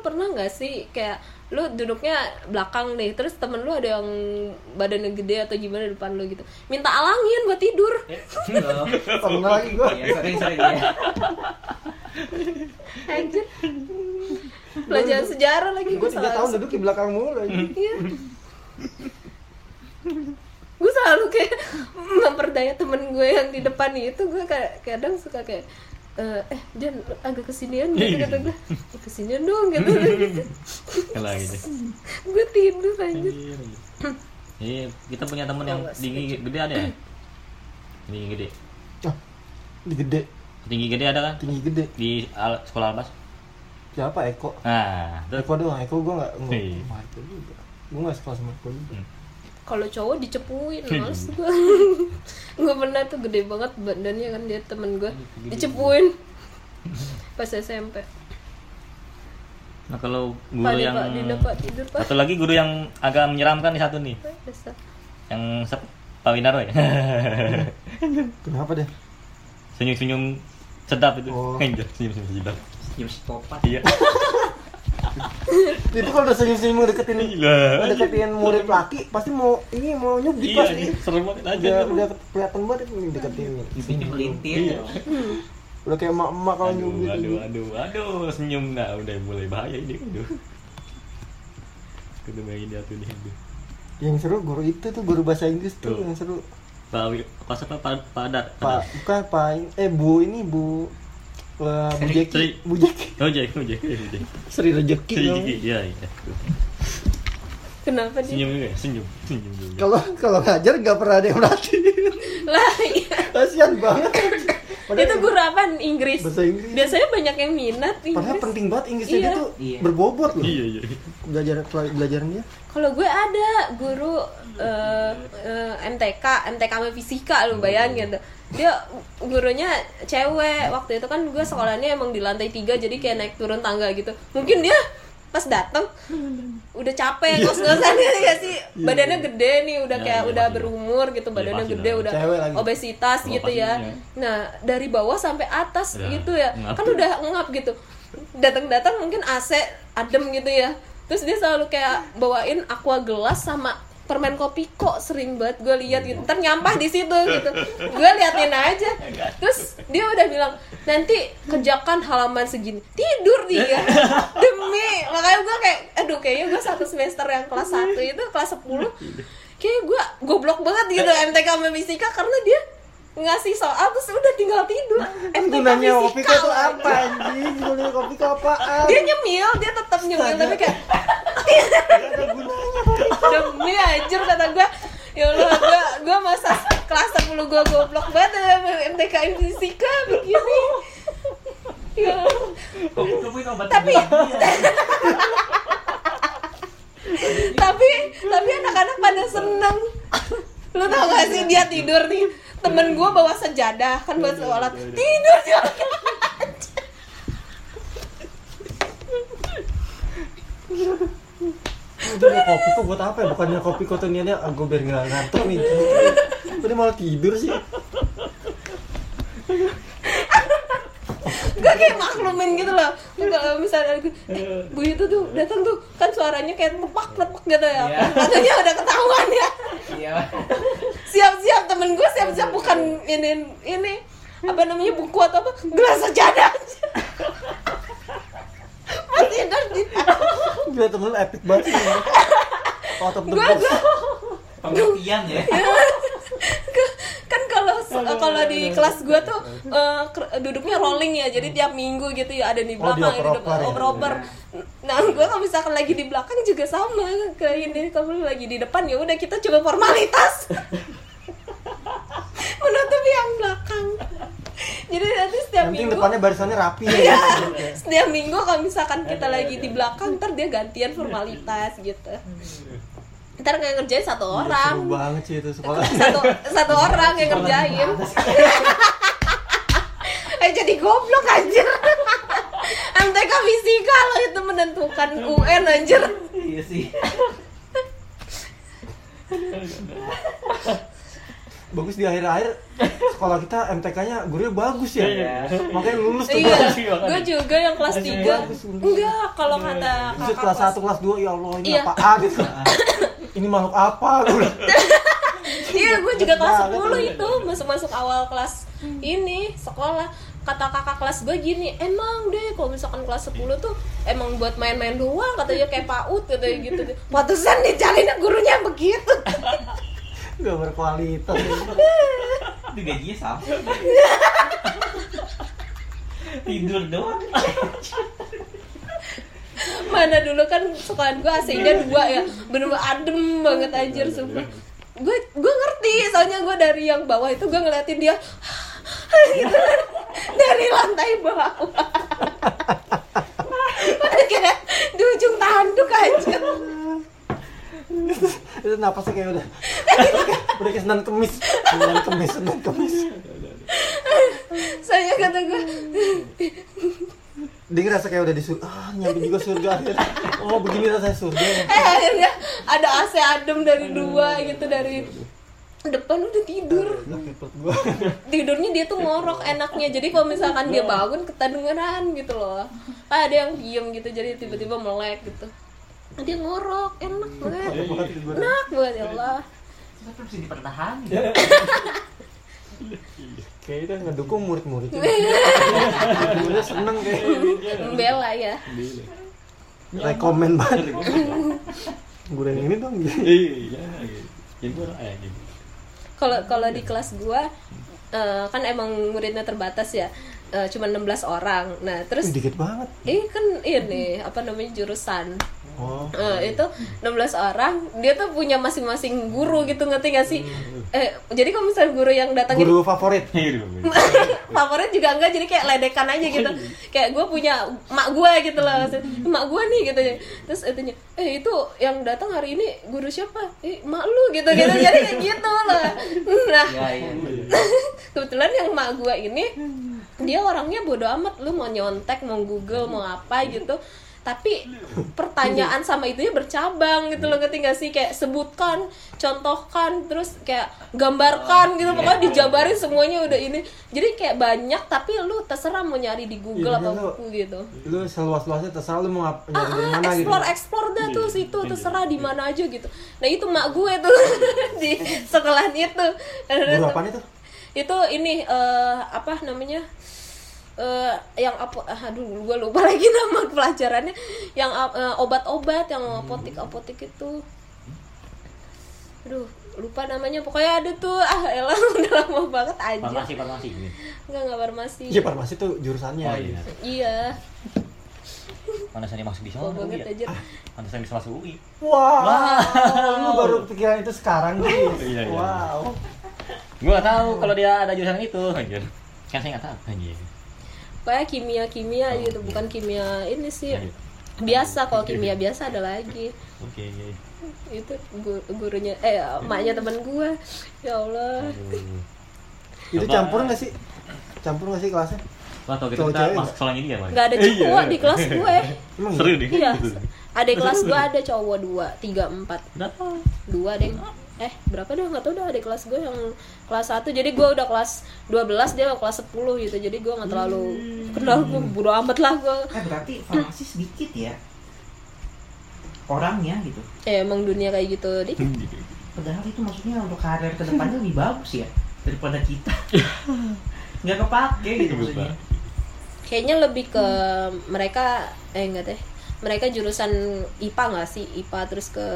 pernah nggak sih kayak lu duduknya belakang deh, terus temen lu ada yang badannya gede atau gimana depan lu gitu, minta alangin buat tidur? Pernah lagi gue. Iya, sering ya. Anjir. Pelajaran sejarah lagi. Gue 3 tahun duduk di belakang mulu aja. Iya. Gue selalu kayak memperdaya temen gue yang di depan itu, gue kadang suka kayak jangan agak kesinian gitu, kata gue kesinian dong gitu. Lagi deh. Gue tidur anjir. Iya, kita punya temen yang tinggi gede ada ya? Tinggi gede. Ah, di gede. Tinggi gede ada kan? Tinggi gede. Di sekolah Albas. Siapa Eko? Nah, Eko doang. Eko gue nggak Iya. Eko juga. Gue nggak sekelas sama Eko juga. Kalau cowok dicepuin, males gue. Gue pernah tuh gede banget badannya kan, dia temen gue dicepuin pas SMP. Nah kalau guru yang tidur, Pak. satu lagi guru yang agak menyeramkan nih satu nih, yang Pak Winarno ya. Kenapa deh? Senyum-senyum sedap itu. Oh. Senyum-senyum sedap. Senyum psikopat. Iya. Itu kalau udah senyum-senyum deketin murid laki, pasti mau nyubit Iya, pasti. serem banget aja. Udah kelihatan banget itu deketin. Senyum melintir. Iya. Udah kayak emak-emak kalau nyubit. Aduh, senyum. Nah, udah mulai bahaya ini. Aduh. Ketemu yang ini atuh nih. Yang seru guru itu tuh, guru bahasa Inggris tuh yang seru. Bu Jeki. Oh, Jeki. Sri Rejeki. Iya. Kenapa dia? Senyum juga, senyum juga. Kalau ngajar nggak pernah ada yang merhatiin. Lah, iya. Kasian banget. Itu guru apa? Inggris. Bahasa Inggris. Biasanya banyak yang minat Inggris. Padahal penting banget Inggrisnya Iya. dia tuh Iya. berbobot loh. Iya. Belajaran dia. Kalau gue ada guru MTK sama fisika, lu bayangin tuh. Dia gurunya cewek. Waktu itu kan gue sekolahnya emang di lantai 3, jadi kayak naik turun tangga gitu. Mungkin dia pas datang udah capek ngos-ngosan ya sih. Badannya gede nih, udah kayak udah berumur gitu, badannya gede, udah obesitas gitu ya. Nah, dari bawah sampai atas gitu ya. Kan udah ngap gitu. Datang-datang mungkin AC adem gitu ya. Terus dia selalu kayak bawain aqua gelas sama permen kopi, kok sering banget gue lihat gitu. Ntar nyampah di situ gitu. Gue liatin aja. Terus dia udah bilang, nanti kerjakan halaman segini. Tidur dia. Demi. Makanya gue kayak, kayaknya gue satu semester yang kelas 1 itu, kelas 10, kayak gue goblok banget gitu MTK sama fisika, karena dia ngasih soal terus udah tinggal tidur. Gunanya Kopiko tuh apa anjing? Gunanya Kopiko apaan? Dia nyemil, dia tetap nyemil, tapi kayak ada gunanya Kopiko. demi anjir, kata gue, ya Allah, gue masa kelas 10 gue goblok banget MTK fisika begini. Ya. Tapi anak-anak pada seneng. Lu tau gak sih dia tidur nih, temen gue bawa sejadah kan buat sholat, tidur dia. Udah Kopiko buat apa ya? Bukannya Kopiko tuh niatnya gue biar nggak ngantuk nih. Udah malah tidur sih. Gue kayak maklumin gitu loh. Kalau misalnya Bu itu tuh datang tuh kan suaranya kayak tepak gitu ya. Katanya udah ketahuan ya. Iya. Siap-siap temen gue, siap-siap bukan ini apa namanya, buku atau apa, gelas sejadah. Masih tidur di. Gila, temen lu epic banget sih. Out of the box. Pengertian ya. Kan kalau di kelas gue tuh duduknya rolling ya, jadi tiap minggu gitu ya, ada di belakang, ada di oper-oper. Nah, gue kalau misalkan lagi di belakang juga sama kayak ini, kalau lagi di depan ya udah kita coba formalitas menutupi yang belakang. Jadi nanti setiap minggu depannya barisannya rapi ya. Setiap minggu kalau misalkan kita lagi di belakang, ntar dia gantian formalitas gitu. Ntar kayak ngerjain satu orang. Seru banget sih itu sekolah. Satu orang yang ngerjain. Jadi goblok anjir. MTK fisika loh itu menentukan UN anjir. Iya sih. bagus di akhir-akhir sekolah kita MTK-nya gurunya bagus ya. Iya. Makanya lulus tuh. Iya, bagus, makanya. gue juga yang kelas 3. Enggak, kalau kata Bisa kakak kelas 1, kelas 2, ya Allah ini Iya. apaan gitu. Ini makhluk apa? Iya, gue juga kelas 10 itu masuk awal kelas ini sekolah. Kata kakak kelas gue gini, emang deh kalau misalkan kelas 10 tuh emang buat main-main doang, katanya kayak PAUD katanya gitu. Pantesan dicariin gurunya begitu. Gak berkualitas. Itu gajinya sama. Tidur doang. Mana dulu kan sekolahan gue AC-nya 2 ya, bener-bener adem banget anjir sumpah. Gue ngerti, soalnya gue dari yang bawah itu gue ngeliatin dia gitu kan, dari lantai bawah. Udah kayak di ujung tanduk aja. Itu napasnya kayak udah kayak Senin Kemis. Saya kata gue, Dia ngerasa kayak udah di surga. Nyampe juga surga akhirnya. Oh begini rasanya surga. akhirnya ada AC adem dari 2 gitu, dari depan udah tidur. Tidurnya dia tuh ngorok enaknya, jadi kalau misalkan dia bangun kedengeran gitu loh. Ada yang diem gitu, jadi tiba-tiba melek gitu. Dia ngorok, enak banget ya Allah. Tapi bisa dipertahankan. Kayaknya ngedukung murid-muridnya. Muridnya seneng kayak. Membela ya. Rekomen banget. Guru yang ini dong. Iya. Jadi gue gitu. Kalau di kelas gua kan emang muridnya terbatas ya, cuma 16 orang. Nah terus Dikit banget. kan ini apa namanya jurusan. Oh. Itu 16 orang, dia tuh punya masing-masing guru gitu, ngerti gak sih? Jadi kalau misalnya guru yang datang Guru favorit. favorit juga enggak, jadi kayak ledekan aja gitu. Kayak gue punya mak gue gitu loh, mak gue nih gitu. Terus itunya, itu yang datang hari ini guru siapa? Mak lu gitu. Jadi kayak gitu loh. Nah, Iya. kebetulan yang mak gue ini dia orangnya bodo amat, lu mau nyontek, mau Google, mau apa gitu. Tapi pertanyaan sama itunya bercabang gitu loh, ngerti gak sih? Kayak sebutkan, contohkan, terus kayak gambarkan gitu, pokoknya dijabarin semuanya udah ini. Jadi kayak banyak, tapi lu terserah mau nyari di Google Iya, apa lu- buku gitu. Lu seluas-luasnya terserah lu mau nyari dari mana gitu. Explore dah tuh situ, terserah di mana aja gitu. Nah itu mak gue tuh di sekolahan itu. Guru apaan itu? Itu ini apa namanya? Yang apa, aduh gue lupa lagi nama pelajarannya, yang obat-obat, yang apotik itu, aduh lupa namanya, pokoknya ada tuh, elah udah lama banget aja. Farmasi gitu. Enggak farmasi. Iya farmasi tuh jurusannya. Oh iya. Iya, Pantesan dia masuk di kok sana. banget aja. Pantesan bisa masuk UI. Wah. Lu baru pikiran itu sekarang nih. Iya. Wow. Gue gak tahu kalau dia ada jurusan itu, anjir. Kan saya gak tahu, anjir. Kayak kimia gitu, bukan kimia ini sih. Biasa, kalau kimia biasa ada lagi. Oke. Itu gurunya, emaknya teman gue. Ya Allah. Itu campur nggak sih? Campur nggak sih kelasnya? Wah, tau gitu kita masuk sekolahnya dia, Mas. Nggak ada cowok di kelas gue. Emang Seru deh. Iya. Adik kelas gue ada cowok 2, 3, 4. Berapa? 2 deh. Berapa dah nggak tahu dah adik kelas gue yang kelas 1. Jadi gue udah kelas 12, dia kelas 10 gitu. Jadi gue nggak terlalu kenal, gue bodo amat lah gue. Berarti farmasi sedikit ya orangnya gitu. Emang dunia kayak gitu deh. Padahal itu maksudnya untuk karir kedepannya lebih bagus ya daripada kita. Nggak kepake gitu maksudnya. Kayaknya lebih ke mereka enggak deh. Mereka jurusan IPA nggak sih? IPA terus ke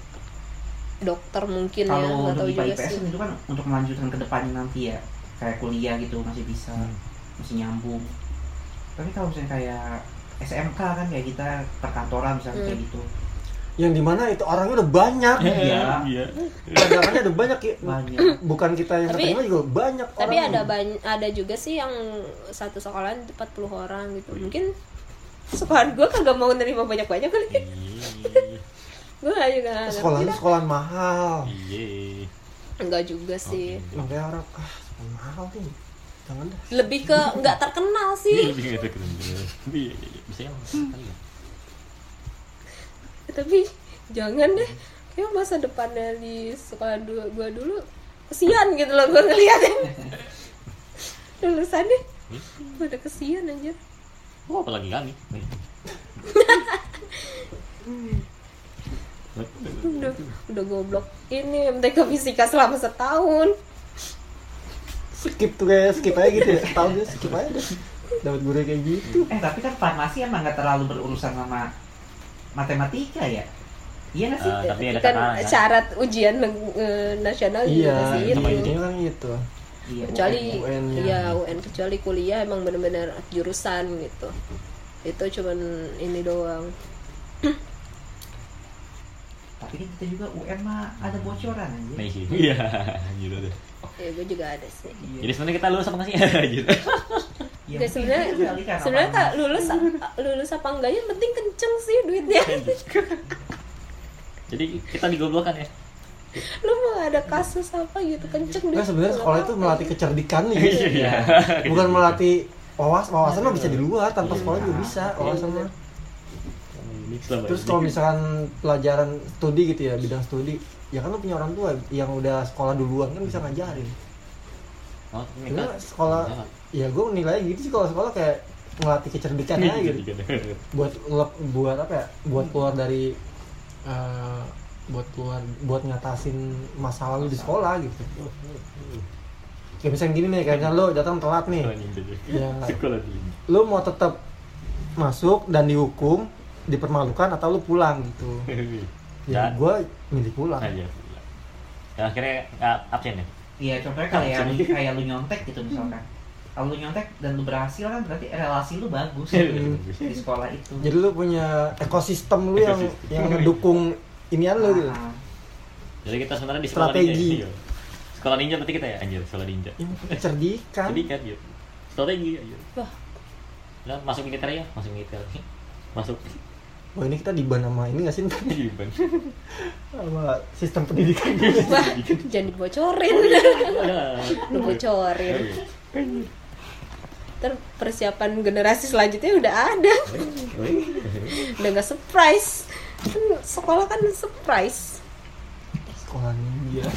dokter mungkin ya, Kalau nggak tahu untuk IPA juga IPS sih. itu kan untuk melanjutkan ke depannya nanti ya, kayak kuliah gitu masih bisa, masih nyambung. Tapi kalau misalnya kayak SMK kan kayak kita perkantoran misalnya kayak gitu. Yang dimana itu orangnya udah banyak. Iya. Dagangannya udah banyak ya. Banyak. Bukan kita yang Tapi- keterima juga banyak Tapi orang. ada juga sih yang satu sekolahan 40 orang gitu. Mungkin sekolahan gue kagak mau nerima banyak-banyak kali. Gue juga nggak Sekolah ngerti itu dah. sekolah mahal. Iya. Enggak juga sih. Makanya orang sekolah mahal sih. Jangan dah. Lebih ke nggak terkenal sih. Iya. Bisa ya, kali ya. Tapi jangan deh. Kayak masa depannya di sekolah gue dulu kesian gitu loh gue ngeliatin lulusannya pada kesian aja. Oh, apalagi kami. udah goblok ini MTK fisika selama setahun. Skip tuh kayak skip aja gitu ya, setahun dia skip aja deh. Dapat guru kayak gitu. Tapi kan farmasi emang nggak terlalu berurusan sama matematika ya. Iya nggak sih? Tapi ada Kan takaran, kan? syarat ujian nasional Iya, juga sih sama itu. intinya kan gitu. Iya. Kecuali UN-nya. ya UN, kecuali kuliah emang benar-benar jurusan gitu. Itu cuman ini doang. Tapi kan kita juga UN mah ada bocoran aja. Nah, iya, gitu deh. Ya gue juga ada sih. Iya. Jadi sebenarnya kita lulus apa nggak sih? Gitu. Ya, Guys, sebenarnya mungkin kali kan sebenarnya apa- Kak, lulus apa enggaknya yang penting kenceng sih duitnya. Jadi kita digoblokkan ya. Lu mau ada kasus apa gitu kenceng Nah sebenarnya sekolah itu melatih kecerdikan nih. Iya. Bukan melatih wawasan mah bisa di luar, tanpa sekolah juga bisa wawasan mah. Terus kalau misalkan pelajaran studi gitu ya, bidang studi, ya kan lu punya orang tua yang udah sekolah duluan kan bisa ngajarin. Oh, ini Karena kan. sekolah, ya gue nilai gitu sih kalau sekolah kayak ngelatih kecerdikan aja gitu. Buat apa ya? Buat keluar dari buat ngatasin masalah lu di sekolah gitu. Kayak misalnya gini nih, kayaknya lu datang telat nih. Ya, Sekolah dulu. lu mau tetap masuk dan dihukum, dipermalukan atau lu pulang gitu. Ya gue milih pulang. Aja. Ya, akhirnya nggak absen ya. Iya, contohnya kayak lu nyontek gitu misalkan. Kalau lu nyontek dan lu berhasil kan berarti relasi lu bagus di sekolah itu. Jadi lu punya ekosistem lu yang mendukung inian lu gitu. Jadi kita sebenarnya di sekolah Strategi. ninja. Iya. Sekolah ninja berarti kita ya, anjir, sekolah ninja. Yang kecerdikan. Jadi kan gitu. Strategi aja. Wah. Nah, masuk militer ya, masuk militer. Masuk. Wah ini kita diban sama ini nggak sih? Diban. Sama sistem pendidikan. Wah, jangan dibocorin. Lu bocorin. Ntar persiapan generasi selanjutnya udah ada. Udah gak surprise. Kan sekolah kan surprise. Sekolah ninja.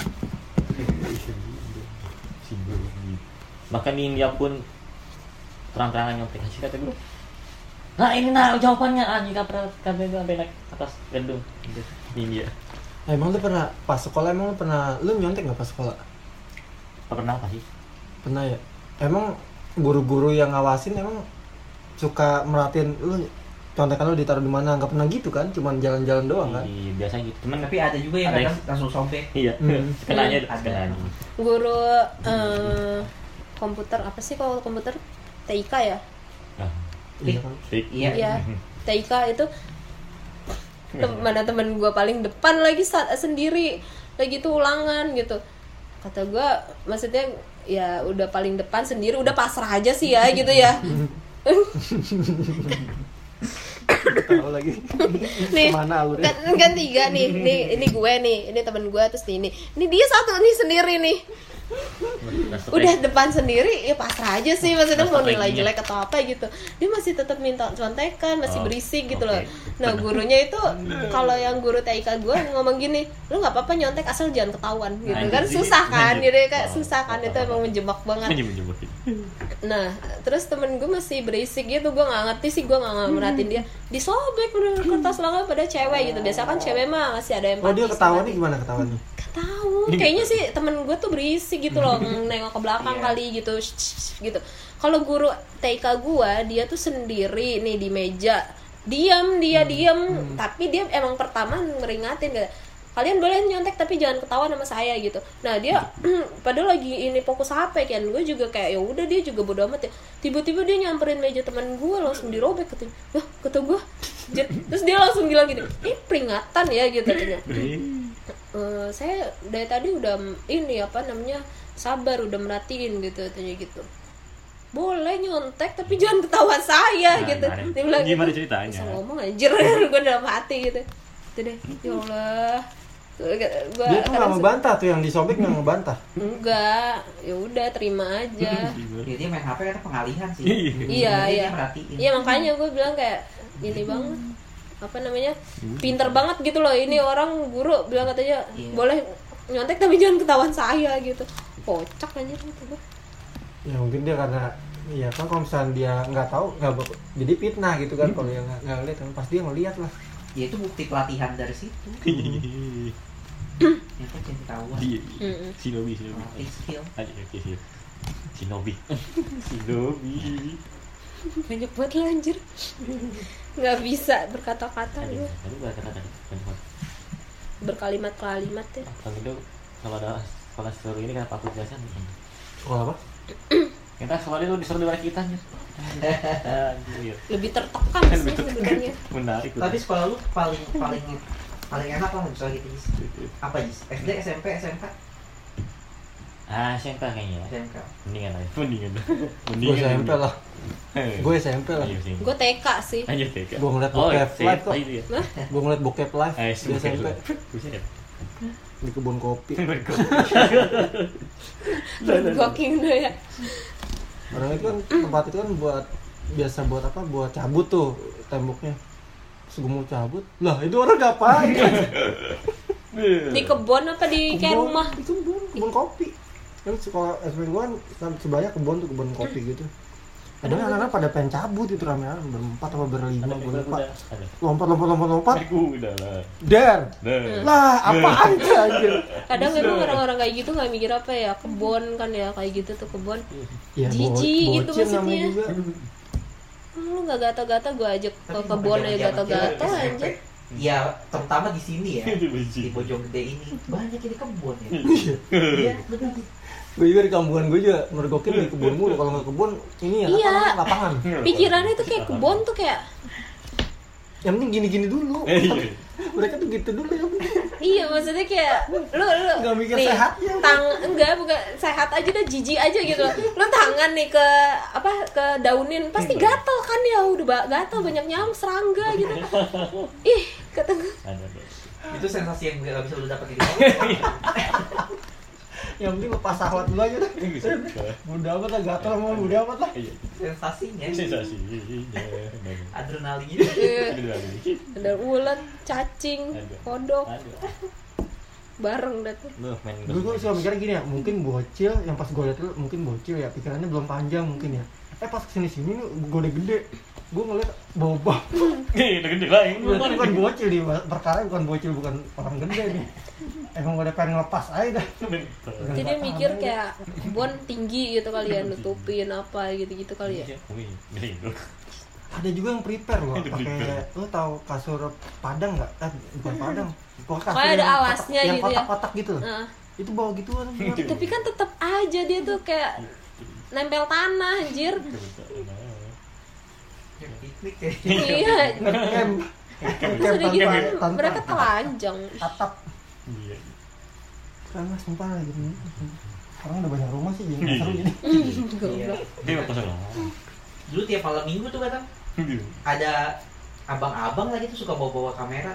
Bahkan di India pun terang-terangan nyontek sih kata gue. Nah ini nah jawabannya anjing sampai naik atas gedung di India. Emang lu pernah pas sekolah lu nyontek nggak pas sekolah? Pernah apa sih? Pernah ya. Emang guru-guru yang ngawasin emang suka merhatiin lu contekan lu ditaruh di mana? Nggak pernah gitu kan? Cuman jalan-jalan doang kan? Iya, biasanya gitu. Cuman Tapi ada juga yang Ada kadang langsung sobek. iya, kenanya kenanya. Guru komputer apa sih kalau komputer TIK ya? Nah, Iya kan? Iya. Iya, TIK itu mana temen gue paling depan lagi sendiri lagi tuh ulangan gitu. Kata gue maksudnya ya udah paling depan sendiri, udah pasrah aja sih ya gitu ya. Tahu lagi. Nih Kemana alurnya? kan tiga nih, ini gue nih, ini temen gue, terus ini dia satu nih sendiri nih. Udah depan sendiri ya pasrah aja sih, maksudnya mau nilai jelek atau apa gitu dia masih tetap minta contekan, masih berisik gitu loh. Nah gurunya itu kalau yang guru TIK gue ngomong gini, lu nggak apa-apa nyontek asal jangan ketahuan gitu kan, susah kan, jadi kayak susah kan, itu emang menjebak banget. Nah terus temen gue masih berisik gitu, gue nggak ngerti sih, gue nggak merhatiin dia, disobek bener kertas ulangan pada cewek gitu, biasa kan cewek mah masih ada empati. Oh dia ketahuannya gimana ketahuannya? Tahu, kayaknya sih temen gue tuh berisik gitu loh, nengok ke belakang kali gitu, gitu. Kalau guru TIK gue, dia tuh sendiri nih di meja, diam, tapi dia emang pertama ngeringatin kayak, kalian boleh nyontek tapi jangan ketahuan sama saya gitu. Nah dia padahal lagi ini fokus HP kan, gue juga kayak ya udah, dia juga bodo amat ya. Tiba-tiba dia nyamperin meja teman gue, langsung dirobek katanya. Wah kata gue, terus dia langsung bilang gitu, ini peringatan ya gitu katanya. Saya dari tadi udah ini apa namanya sabar, udah merhatiin gitu katanya gitu. Boleh nyontek tapi jangan ketahuan saya gitu. Dia bilang gimana gitu, ceritanya? bisa ngomong anjir gue dalam hati gitu. Itu deh, ya Allah. Dia tuh nggak ngebantah tuh, yang disobek nggak ngebantah. Enggak, ya udah terima aja. Ya, dia main HP kan pengalihan sih. Iya. Dia merhatiin. Iya makanya gue bilang kayak ini banget, apa namanya, pinter banget gitu loh ini orang guru bilang katanya boleh nyontek tapi jangan ketahuan saya gitu. Kocak anjir gitu gua. Ya mungkin dia karena ya kan kalau misalnya dia nggak tahu jadi fitnah gitu kan kalau yang nggak ngeliat kan pasti dia ngeliat lah. Ya itu bukti pelatihan dari situ. Ya kan jadi ketahuan. Shinobi. Latih skill. Aja sih. Shinobi. Banyak banget lah anjir. Nggak bisa berkata-kata Aduh, gue. aduh kata-kata Berkalimat-kalimat ya. kalau gitu kalau ada sekolah seru ini kenapa aku jelasin Sekolah apa? kita sekolah itu disuruh dibalik kita anjir. Anjir. Lebih tertekan sih sebenarnya. Menarik. Tapi sekolah lu paling enak lah misalnya gitu Jis. Apa Jis? SD, SMP, SMK? SMK kayaknya. SMK. Mendingan aja. Gue SMP lah. Gue SMP lah. Gue TK sih. Aja TK. Gue ngeliat bokep live kok. Nah, Gue ngeliat bokep live di SMP Buset. di kebun kopi. Gokil deh ya. Orang itu kan tempat itu kan biasa buat apa? Buat cabut tuh temboknya. Terus gue mau cabut, lah itu orang ngapain? Di kebun apa di kayak rumah? Itu kebun kopi. Kan sekolah SMP gue kan sebelahnya kebun kopi gitu. Kadang anak-anak pada pengen cabut itu rame-rame berempat apa berlima gue lupa. Lompat. Udah lah. Der. Lah, apaan sih anjir? Kadang memang orang-orang kayak gitu nggak mikir apa ya, kebun kan ya kayak gitu tuh kebun. Ya, Jijik gitu bocil maksudnya. namanya juga. Lu nggak gata-gata gue ajak ke Tapi kebun aja zaman-zaman gata-gata SMP, anjir. Ya, terutama di sini ya. Di Bojonggede ini banyak ini kebun ya. Iya, benar. Gue juga di kampungan gue juga mergokin di kebun mulu. Kalau nggak kebun ini ya Iya. lapangan. Pikirannya tuh kayak kebun tuh kayak Yang penting gini-gini dulu. Iya. Mereka tuh gitu dulu ya. iya maksudnya kayak lu Nggak mikir sehatnya. Enggak bukan sehat aja dah, jijik aja gitu loh. Lu tangan nih ke ke daunin pasti gatel kan ya, udah gatel banyak nyamuk serangga gitu. Ih kata gue Itu sensasi yang gak bisa lu dapat di Yang penting lepas sahwat dulu aja dah. Udah amat lah, gatel mau udah amat lah. sensasinya. Adrenalin. ada ulat, cacing, kodok bareng dah tuh. Gue suka mikirnya gini ya, mungkin bocil yang pas gue liat dulu mungkin bocil ya, pikirannya belum panjang mungkin ya. Pas kesini-sini nih gue udah gede, gue ngeliat boba. Udah gede lah. Berarti bukan bocil nih, perkara bukan bocil, bukan orang gede nih. Emang udah pengen ngelepas aja dah. Jadi dia mikir kayak kebun tinggi gitu kali ya, nutupin apa gitu-gitu kali ya. Ada juga yang prepare loh, pakai lo tau kasur Padang nggak? Bukan Padang. Pokoknya kasur Kayak ada yang alasnya yang gitu ya. kotak-kotak gitu loh. Nah, Itu bawa gituan. tapi kan tetap aja dia tuh kayak nempel tanah anjir. Piknik ya. Iya. Camp. Terus udah gitu mereka telanjang. Atap. Karena sumpah lagi. Orang udah banyak rumah sih jadi nggak seru jadi. Iya. Dia nggak pasang lah. Dulu tiap malam minggu tuh kadang ada abang-abang lagi tuh suka bawa-bawa kamera.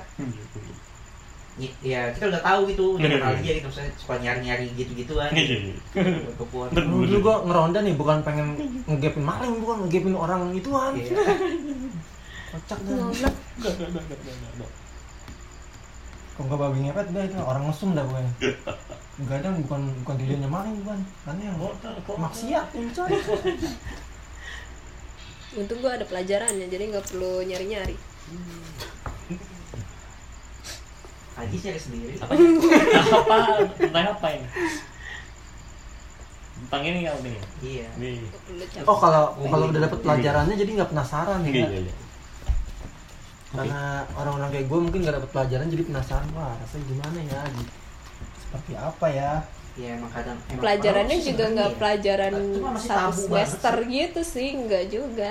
Ya kita udah tahu gitu, udah kenal dia gitu, saya suka nyari-nyari gitu-gituan. Kebun. Dulu gua ngeronda nih bukan pengen ngegepin maling, bukan ngegepin orang ituan. Iya. Kocak dah. Kok nggak babi ngepet dah itu orang mesum dah pokoknya. Kadang bukan dilihatnya maling bukan, karena yang maksiat yang coy. Untung gue ada pelajarannya, jadi nggak perlu nyari-nyari. Aji nyari sendiri. Apa? Tentang apa ini? Tentang ini nggak ini? Iya. Nih. Nggak perlu capek. Oh kalau udah dapet pelajarannya jadi nggak penasaran ya. Iya. Karena orang-orang kayak gue mungkin nggak dapet pelajaran jadi penasaran, wah rasanya gimana ya, seperti apa ya. Ya emang kadang Pelajarannya orang juga nggak sebenarnya pelajaran Cuma masih satu tabu semester banget gitu sih, nggak juga.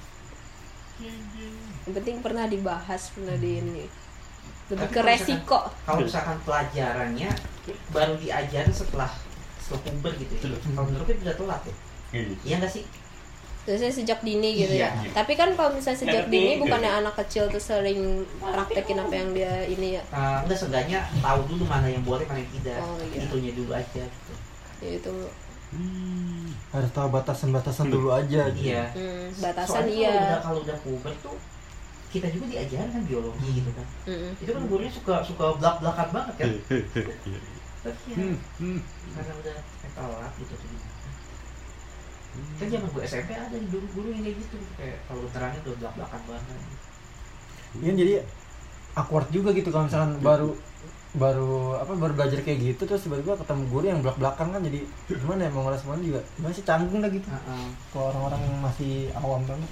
Yang penting pernah dibahas, pernah di ini. Lebih Tapi ke kalau resiko. Kalau misalkan pelajarannya baru diajarin setelah puber gitu ya. Kalau menurut gue udah telat ya. Iya nggak sih? Biasanya sejak dini gitu Iya. ya. Tapi kan kalau misalnya sejak Ngerti. dini bukannya anak kecil tuh sering praktekin apa yang dia ini ya. Enggak, seenggaknya tahu dulu mana yang boleh mana yang tidak. Oh, iya. Itunya dulu aja gitu. Ya itu Harus tahu batasan-batasan dulu aja. Gitu. Iya. batasan Soalnya iya. kalau udah puber tuh kita juga diajarin kan biologi gitu kan. Mm-mm. Itu kan gurunya suka belak-belakan banget kan. tapi ya karena udah telat gitu tuh kan zaman gue SMP ada di guru yang kayak gitu kayak kalau terangnya udah belak-belakan banget Iya jadi awkward juga gitu kalau misalkan baru belajar kayak gitu terus tiba-tiba ketemu guru yang belak-belakan kan jadi gimana ya mau ngerespon juga masih canggung lah gitu. Kalau orang-orang yang masih awam banget.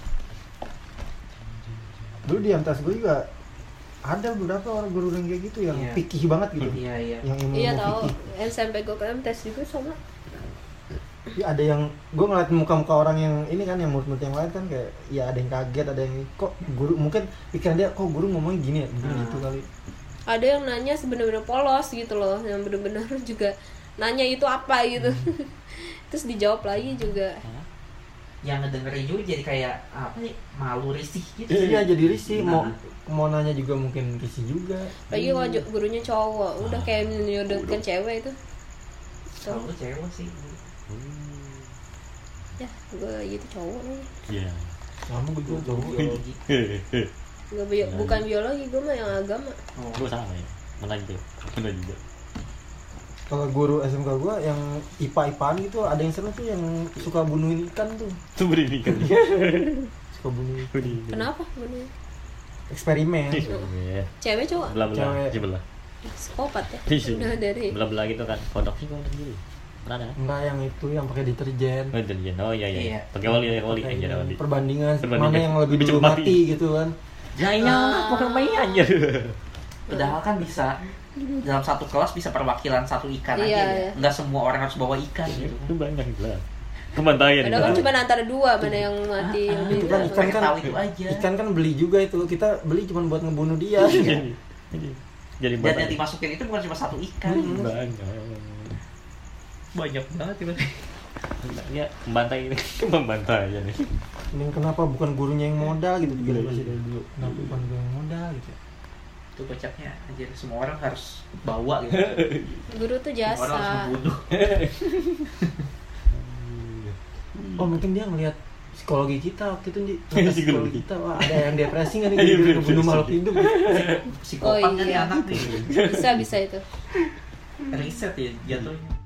Dulu di MTS gue juga ada beberapa orang guru yang kayak gitu yang pikih banget gitu. Iya. Yang ilmu Iya tahu. fikih. SMP gue ke MTS juga sama. Ya ada yang gue ngeliat muka-muka orang yang ini kan yang murid-murid yang lain kan kayak ya ada yang kaget, ada yang kok guru mungkin pikiran dia kok guru ngomongnya gini ya, gini gitu kali. Ada yang nanya sebenarnya polos gitu loh, yang benar-benar juga nanya itu apa gitu. Terus dijawab lagi juga. Yang ngedengerin juga jadi kayak apa nih malu risih gitu. Iya jadi risih mau nanya juga mungkin risih juga. Lagi kalau gurunya cowok, udah kayak menyodotkan cewek itu. Kalau cewek sih. Ya, gue gitu cowok nih. Iya. Sama gue juga cowok. Bukan biologi, gue mah yang agama. Gue sama ya. Mana juga. Kalau guru SMK gue yang IPA-IPAan gitu ada yang seru tuh yang suka bunuhin ikan tuh. Itu beri ikan. Suka bunuhin ikan. Kenapa? Bunuh. Eksperimen. Cewek cowok? Belah-belah. Belah. Psikopat ya. Udah dari Belah-belah gitu kan. Kodok sih kodok sendiri. Mana? Enggak yang itu yang pakai deterjen. Oh iya. Pakai oli aja oli. Perbandingan mana yang lebih dulu mati gitu kan. Ya iya, pakai bayi aja. Padahal kan bisa dalam satu kelas bisa perwakilan satu ikan aja ya. Enggak semua orang harus bawa ikan gitu. Itu banyak lah. Kebantaian. Padahal kan cuma antara dua mana yang mati. Itu kan ikan kan beli juga itu. Kita beli cuma buat ngebunuh dia. Jadi dan yang dimasukin itu bukan cuma satu ikan. Banyak banget ya membantai ya nih. Ini kenapa bukan gurunya yang modal gitu pikir masih dari dulu. Kenapa bukan guru yang modal gitu. Itu kocaknya anjir semua orang harus bawa gitu. Guru tuh jasa. Semua orang harus membunuh. Oh mungkin dia ngelihat psikologi kita waktu itu psikologi kita wah ada yang depresi nggak nih jadi ngebunuh makhluk hidup Psikopat kan anak nih. Bisa itu. Riset ya jatuhnya.